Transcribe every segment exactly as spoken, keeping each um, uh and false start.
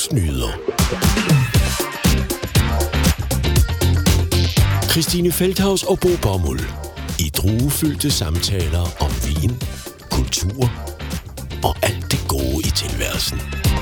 Livsnyder. Christine Feldhaus og Bo Bomuld i druefyldte samtaler om vin, kultur og alt det gode i tilværelsen.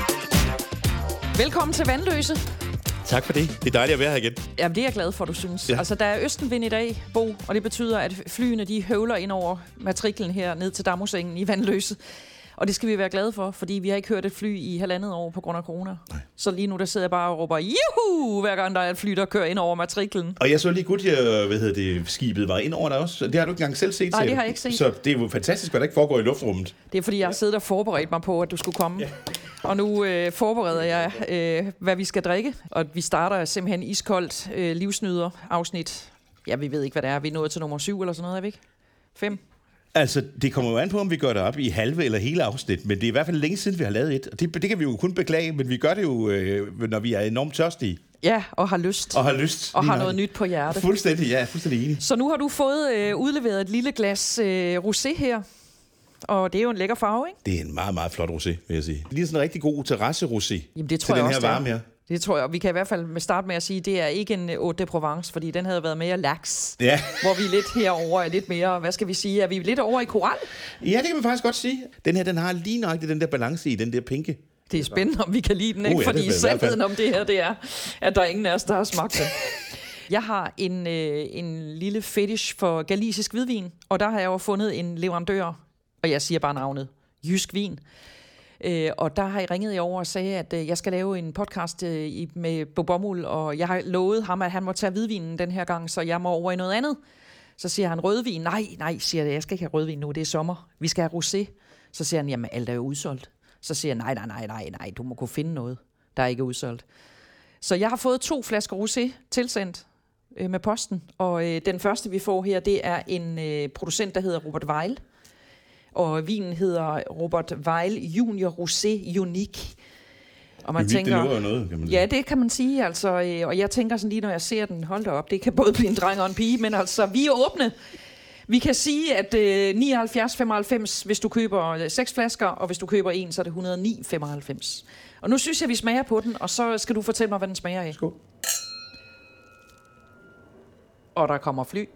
Velkommen til Vandløse. Tak for det. Det er dejligt at være her igen. Jamen, det er jeg glad for, du synes. Ja. Altså, der er østenvind i dag, Bo, og det betyder, at flyene de høvler ind over matriklen her ned til Damhusengen i Vandløse. Og det skal vi være glade for, fordi vi har ikke hørt et fly i halvandet år på grund af corona. Nej. Så lige nu der sidder jeg bare og råber, juhu, hver gang der er et fly, der kører ind over matriklen. Og jeg så lige godt, at hvad hedder det, skibet var ind over der også. Det har du ikke engang selv set. Nej, det har jeg ikke set. Så det er jo fantastisk, hvad der ikke foregår i luftrummet. Det er, fordi jeg har siddet og forberedt mig på, at du skulle komme. Ja. Og nu øh, forbereder jeg, øh, hvad vi skal drikke. Og vi starter simpelthen iskoldt øh, livsnyder afsnit. Ja, vi ved ikke, hvad det er. Vi er nået til nummer syv eller sådan noget, er vi ikke? Fem? Altså, det kommer jo an på, om vi gør det op i halve eller hele afsnit, men det er i hvert fald længe siden, vi har lavet et. Og det, det kan vi jo kun beklage, men vi gør det jo, øh, når vi er enormt tørstige. Ja, og har lyst. Og har lyst. Og har noget nyt på hjertet. Fuldstændig, ja, fuldstændig enig. Så nu har du fået øh, udleveret et lille glas øh, rosé her. Og det er jo en lækker farve, ikke? Det er en meget, meget flot rosé, vil jeg sige. Det er sådan en rigtig god terrasse-rosé. Jamen, det tror til jeg den også, her varme her. Det tror jeg, vi kan i hvert fald starte med at sige, at det er ikke en Haute de Provence, fordi den havde været mere laks. Ja. Hvor vi lidt herover er lidt mere, hvad skal vi sige, er vi lidt over i koral? Ja, det kan man faktisk godt sige. Den her, den har lige nøjagtigt den der balance i, den der pinke. Det er spændende, om vi kan lide den, ikke? Uh, ja, fordi sandheden om det her, det er, at der er ingen af os, der har smagt den. Jeg har en, øh, en lille fetish for galicisk hvidvin, og der har jeg jo fundet en leverandør, og jeg siger bare navnet, Jysk Vin. Øh, og der har jeg ringet i over og sagde, at øh, jeg skal lave en podcast øh, i, med Bo Bomuld, og jeg har lovet ham, at han må tage hvidvinen den her gang, så jeg må over i noget andet. Så siger han rødvin. Nej, nej, siger jeg, jeg skal ikke have rødvin nu, det er sommer. Vi skal have rosé. Så siger han, jamen alt er jo udsolgt. Så siger jeg, nej, nej, nej, nej, nej, du må kunne finde noget, der er ikke udsolgt. Så jeg har fået to flasker rosé tilsendt øh, med posten, og øh, den første, vi får her, det er en øh, producent, der hedder Robert Weil. Og vinen hedder Robert Weil Junior Rosé Unique. Og man Unique, tænker, det lover noget, kan man sige. Ja, det kan man sige. Altså, og jeg tænker sådan lige, når jeg ser den, hold da op, det kan både blive en dreng og en pige, men altså, vi er åbne. Vi kan sige, at øh, nioghalvfjerds femoghalvfems, hvis du køber seks flasker, og hvis du køber en, så er det et hundrede og ni femoghalvfems. Og nu synes jeg, vi smager på den, og så skal du fortælle mig, hvad den smager af. Skål. Og der kommer fly.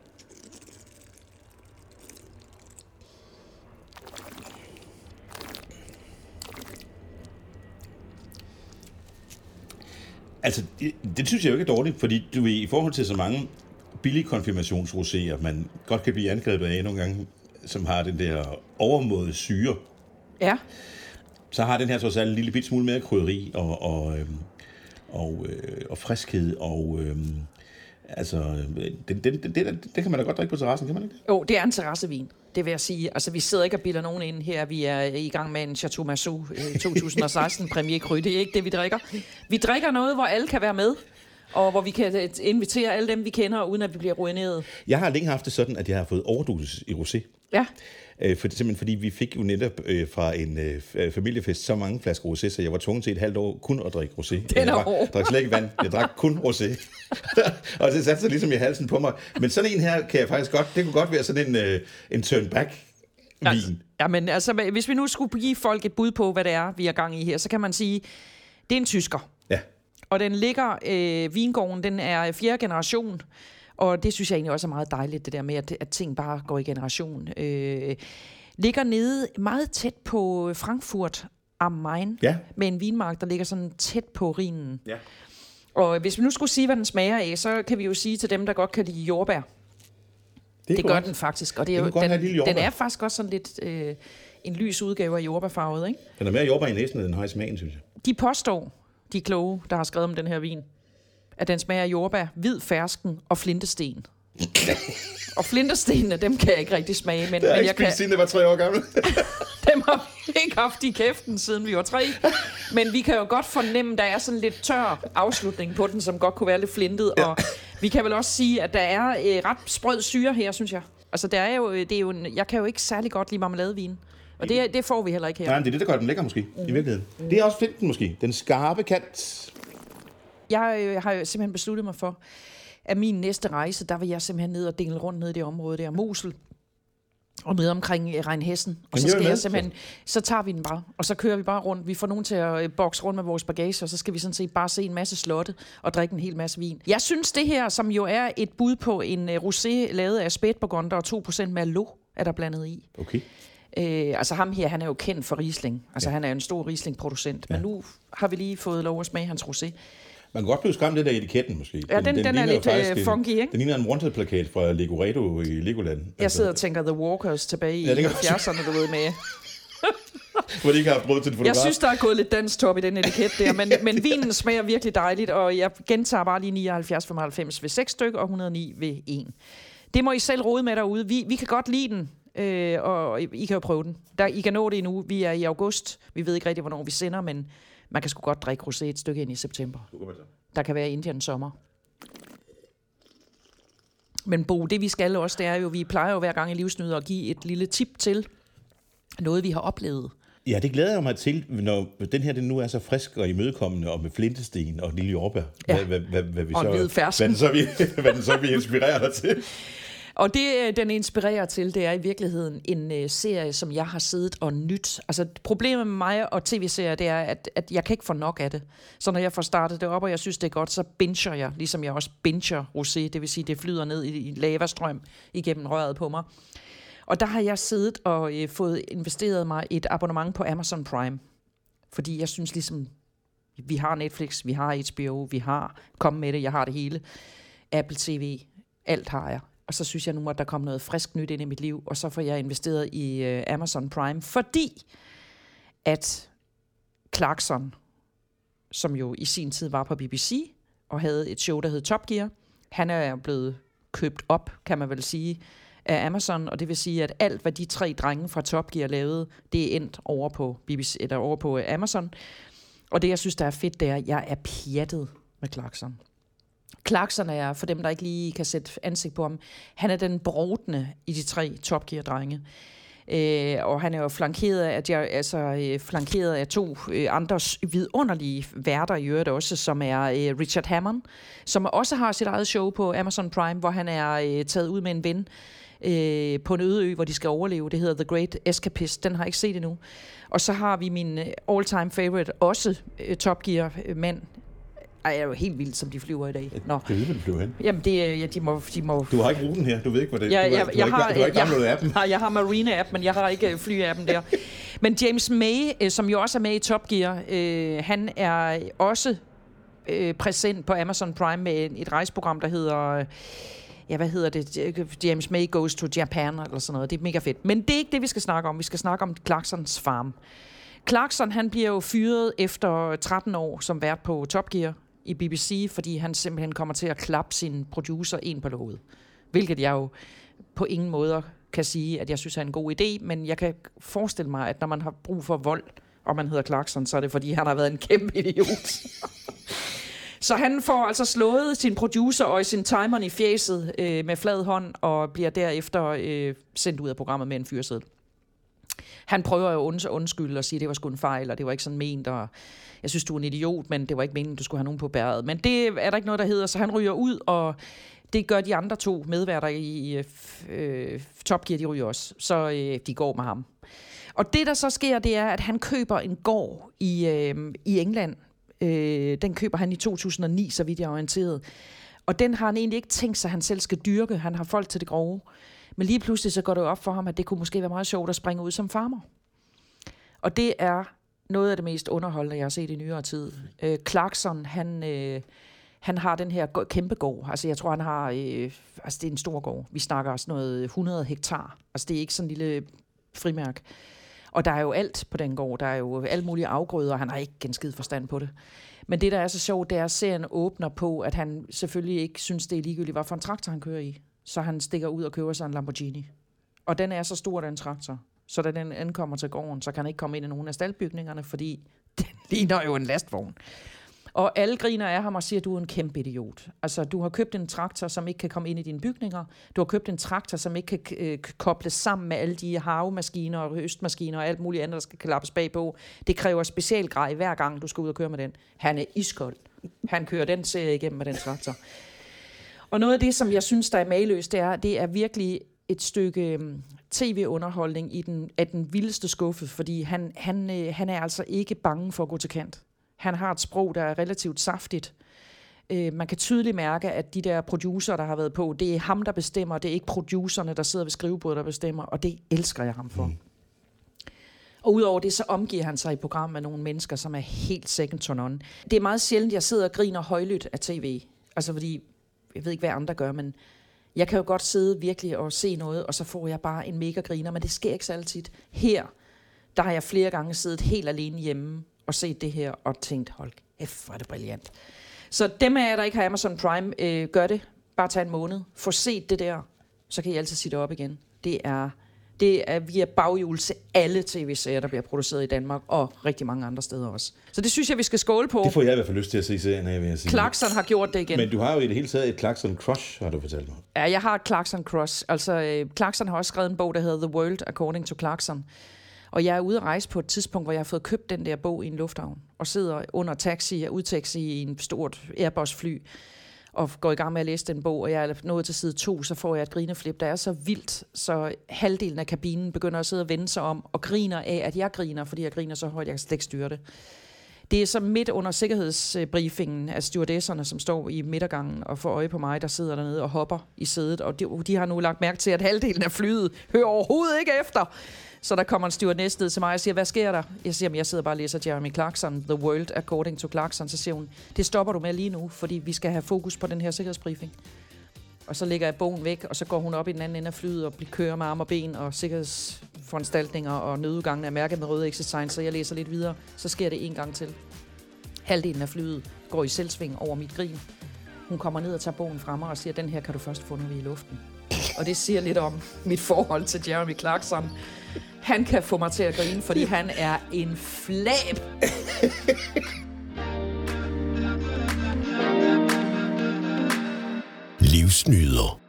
Altså, det, det synes jeg jo ikke er dårligt, fordi du i forhold til så mange billige konfirmationsroséer, man godt kan blive angrebet af nogle gange, som har den der overmåde syre. Ja. Så har den her trods alt en lille bit smule mere krydderi og, og, øhm, og, øh, og friskhed, og øhm, altså, den, den, den, den, den kan man da godt drikke på terrassen, kan man ikke? Jo, det er en terrassevin, det vil jeg sige. Altså, vi sidder ikke og bilder nogen ind her. Vi er i gang med en Chateau Marceau øh, to tusind og seksten Premier Cru. Det er ikke det, vi drikker. Vi drikker noget, hvor alle kan være med, og hvor vi kan invitere alle dem, vi kender, uden at vi bliver ruineret. Jeg har længe haft det sådan, at jeg har fået overdosis i rosé. Ja. Øh, for, simpelthen fordi vi fik jo netop øh, fra en øh, familiefest så mange flasker rosé, så jeg var tvunget til et halvt år kun at drikke rosé. Den er hård. Jeg drak slet ikke vand, jeg drak kun rosé. Og det satte sig ligesom i halsen på mig. Men sådan en her kan jeg faktisk godt, det kunne godt være sådan en, øh, en turn back vin. Altså, ja, men altså, hvis vi nu skulle give folk et bud på, hvad det er, vi er gang i her, så kan man sige, det er en tysker. Ja. Og den ligger, øh, vingården, den er fjerde generation. Og det synes jeg egentlig også er meget dejligt, det der med, at, at ting bare går i generation. Øh, ligger nede meget tæt på Frankfurt am Main, Ja. med en vinmark, der ligger sådan tæt på Rhinen. Ja. Og hvis vi nu skulle sige, hvad den smager af, så kan vi jo sige til dem, der godt kan lide jordbær. Det, det gør godt. den faktisk. Og det er Den jo, kan godt have et lille den, jordbær. den er faktisk også sådan lidt øh, en lys udgave af jordbærfarvet, ikke? Den er mere jordbær i næsen, end den har i smagen, synes jeg. De påstår, de kloge, der har skrevet om den her vin, at den smager af jordbær, hvid fersken og flintesten. Og flintestenene, dem kan jeg ikke rigtig smage, men, Det har men jeg jeg ikke spist, kan... siden jeg var tre år gammel. Dem har vi ikke haft i kæften, siden vi var tre. Men vi kan jo godt fornemme, at der er sådan lidt tør afslutning på den, som godt kunne være lidt flintet. Ja. Og vi kan vel også sige, at der er øh, ret sprød syre her, synes jeg. Altså, der er jo, det er jo en, jeg kan jo ikke særlig godt lide marmeladevin. Og det, det får vi heller ikke her. Nej, det er det, der gør den lækker måske, mm. i virkeligheden. Mm. Det er også flinten måske. Den skarpe kant. Jeg øh, har jo simpelthen besluttet mig for, at min næste rejse, der vil jeg simpelthen ned og dingle rundt ned i det område der. Mosel. og nede omkring Rheinhessen. Og så skal jeg simpelthen, så tager vi den bare, og så kører vi bare rundt. Vi får nogen til at bokse rundt med vores bagage, og så skal vi sådan set bare se en masse slotte og drikke en hel masse vin. Jeg synes det her, som jo er et bud på en rosé lavet af spætburgunder og to procent Merlot, er der blandet i. Okay. Øh, altså ham her, han er jo kendt for Riesling. Altså ja. Han er jo en stor Riesling-producent. Ja. Men nu har vi lige fået lov at smage hans rosé. Man kan godt blive skræmt lidt af etiketten, måske. Ja, den, den, den er lidt uh, funky, ikke? Den ligner en wanted-plakat fra Legoredo i Legoland. Jeg altså. sidder og tænker The Walkers tilbage ja, i halvfjerdserne, du ved, med... Hvor de ikke har prøvet til en fotograf. Jeg synes, der er gået lidt dansk top i den etiket der, men, men vinen smager virkelig dejligt, og jeg gentager bare lige nioghalvfjerds komma femoghalvfems ved seks stykker og et hundrede og ni ved en. Det må I selv rode med derude. Vi, vi kan godt lide den, øh, og I kan jo prøve den. Der, I kan nå det endnu. Vi er i august. Vi ved ikke rigtig, hvornår vi sender, men man kan sgu godt drikke rosé et stykke ind i september. Der kan være Indiens sommer. Men Bo, det vi skal også, det er jo, vi plejer jo hver gang i Livsnyder at give et lille tip til noget, vi har oplevet. Ja, det glæder jeg mig til, når den her den nu er så frisk og imødekommende, og med flintesten og lille jordbær. Ja. Hvad, hvad, hvad, hvad, vi og så, en hvid fersken. Hvad den så vi, hvad den så vi inspirerer dig til. Og det, den inspirerer til, det er i virkeligheden en uh, serie, som jeg har siddet og nyt. Altså, problemet med mig og tv-serier, det er, at, at jeg kan ikke få nok af det. Så når jeg får startet det op, og jeg synes, det er godt, så binger jeg, ligesom jeg også binger rosé. Det vil sige, det flyder ned i, i lavastrøm igennem røret på mig. Og der har jeg siddet og øh, fået investeret mig et abonnement på Amazon Prime. Fordi jeg synes ligesom, vi har Netflix, vi har H B O, vi har, kom med det, jeg har det hele. Apple T V, alt har jeg. Og så synes jeg nu, at der kommer noget frisk nyt ind i mit liv, og så får jeg investeret i øh, Amazon Prime, fordi at Clarkson, som jo i sin tid var på B B C, og havde et show, der hed Top Gear, han er blevet købt op, kan man vel sige, af Amazon, og det vil sige, at alt, hvad de tre drenge fra Top Gear lavede, det er endt over på, B B C, eller over på Amazon. Og det, jeg synes, der er fedt, det er, at jeg er pjattet med Clarkson. Clarkson er, for dem, der ikke lige kan sætte ansigt på ham, han er den brodne i de tre Top Gear-drenge. Øh, og han er jo flankeret af, at jeg, altså, øh, flankeret af to øh, andre vidunderlige værter i øvrigt også, som er øh, Richard Hammond, som også har sit eget show på Amazon Prime, hvor han er øh, taget ud med en ven øh, på en øde ø, hvor de skal overleve. Det hedder The Great Escapist. Den har jeg ikke set endnu. Og så har vi min all-time favorite, også øh, Top Gear-mand. Ej, jeg er jo helt vildt, som de flyver i dag. Nå. Det er vildt, de flyver hen. Jamen, det, ja, de, må, de må... Du har ikke ruten her, du ved ikke, hvor det ja, er. Ja, du, jeg, du, har, har, du har ikke downloadet appen. Nej, jeg har Marina-app, men jeg har ikke fly-appen der. Men James May, som jo også er med i Top Gear, øh, han er også øh, præsent på Amazon Prime med et rejseprogram, der hedder... Ja, hvad hedder det? James May Goes to Japan, eller sådan noget. Det er mega fedt. Men det er ikke det, vi skal snakke om. Vi skal snakke om Clarksons farm. Clarkson, han bliver jo fyret efter tretten år som vært på Top Gear i B B C, fordi han simpelthen kommer til at klappe sin producer ind på låget. Hvilket jeg jo på ingen måde kan sige, at jeg synes er en god idé, men jeg kan forestille mig, at når man har brug for vold, og man hedder Clarkson, så er det fordi, han har været en kæmpe idiot. Så han får altså slået sin producer og sin timeren i fjeset øh, med flad hånd, og bliver derefter øh, sendt ud af programmet med en fyreseddel. Han prøver jo at undskylde og sige, at det var sgu en fejl, og det var ikke sådan ment, og jeg synes, du er en idiot, men det var ikke meningen, du skulle have nogen på bæret. Men det er der ikke noget, der hedder, så han ryger ud, og det gør de andre to medværter i øh, Top Gear, de ryger også. Så øh, de går med ham. Og det, der så sker, det er, at han køber en gård i, øh, i England. Øh, den køber han i to tusind og ni, så vidt jeg er orienteret. Og den har han egentlig ikke tænkt sig, at han selv skal dyrke. Han har folk til det grove. Men lige pludselig så går det op for ham, at det kunne måske være meget sjovt at springe ud som farmer. Og det er noget af det mest underholdende, jeg har set i nyere tid. Øh, Clarkson, han, øh, han har den her kæmpe gård. Altså jeg tror, han har... Øh, altså det er en stor gård. Vi snakker også noget hundrede hektar. Altså det er ikke sådan en lille frimærk. Og der er jo alt på den gård. Der er jo alle mulige afgrøder, og han har ikke en skid forstand på det. Men det, der er så sjovt, det er, at serien åbner på, at han selvfølgelig ikke synes, det er ligegyldigt, hvad for en traktor han kører i. Så han stikker ud og køber sig en Lamborghini. Og den er så stor, den traktor. Så da den ankommer til gården, så kan han ikke komme ind i nogen af staldbygningerne, fordi den ligner jo en lastvogn. Og alle griner af ham og siger, at du er en kæmpe idiot. Altså, du har købt en traktor, som ikke kan komme ind i dine bygninger. Du har købt en traktor, som ikke kan øh, kobles sammen med alle de harvemaskiner og høstmaskiner og alt muligt andet, der skal klappes bagpå. Det kræver specialgrej hver gang, du skal ud og køre med den. Han er iskold. Han kører den serie igennem med den traktor. Og noget af det, som jeg synes, der er mageløst, det er, det er virkelig et stykke um, tv-underholdning i den, af den vildeste skuffe, fordi han, han, øh, han er altså ikke bange for at gå til kant. Han har et sprog, der er relativt saftigt. Øh, man kan tydeligt mærke, at de der producer, der har været på, det er ham, der bestemmer, det er ikke producerne, der sidder ved skrivebordet, der bestemmer, og det elsker jeg ham for. Mm. Og udover det, så omgiver han sig i program med nogle mennesker, som er helt second to none. Det er meget sjældent, jeg sidder og griner højlydt af tv. Altså fordi, jeg ved ikke, hvad andre gør, men jeg kan jo godt sidde virkelig og se noget, og så får jeg bare en mega griner, men det sker ikke så altid. Her, der har jeg flere gange siddet helt alene hjemme og set det her og tænkt, hold kæft, hvor er det brilliant. Så dem af jer, der ikke har Amazon Prime, øh, gør det. Bare tag en måned. Få set det der, så kan I altid sige det op igen. Det er, det er via baghjul til alle tv-serier, der bliver produceret i Danmark, og rigtig mange andre steder også. Så det synes jeg, vi skal skåle på. Det får jeg i hvert fald lyst til at se serien af, vil jeg sige. Clarkson har gjort det igen. Men du har jo i det hele taget et Clarkson crush, har du fortalt mig. Ja, jeg har et Clarkson crush. Altså, øh, Clarkson har også skrevet en bog, der hedder The World According to Clarkson. Og jeg er ude at rejse på et tidspunkt, hvor jeg har fået købt den der bog i en lufthavn, og sidder under taxi, udtaxi i en stort Airbus-fly, og går i gang med at læse den bog, og jeg er nået til side to, så får jeg et grineflip, der er så vildt, så halvdelen af kabinen begynder at sidde og vende sig om, og griner af, at jeg griner, fordi jeg griner så højt, jeg kan slet ikke styre det. Det er så midt under sikkerhedsbriefingen af stewardesserne, som står i midtergangen og får øje på mig, der sidder dernede og hopper i sædet, og de, de har nu lagt mærke til, at halvdelen af flyet hører overhovedet ikke efter. Så der kommer en stewardess ned til mig og siger, hvad sker der? Jeg siger, jeg sidder bare og læser Jeremy Clarkson, The World According to Clarkson. Så siger hun, det stopper du med lige nu, fordi vi skal have fokus på den her sikkerhedsbriefing. Og så lægger jeg bogen væk, og så går hun op i den anden ende af flyet og kører med arm og ben og sikkerhedsforanstaltninger og nødudgangen er mærket med røde exit signs, så jeg læser lidt videre. Så sker det en gang til. Halvdelen af flyet går i selvsving over mit grin. Hun kommer ned og tager bogen fra mig og siger, den her kan du først få, når vi er i luften. Og det siger lidt om mit forhold til Jeremy Clarkson. Han kan få mig til at grine, fordi han er en flab. Livsnyder.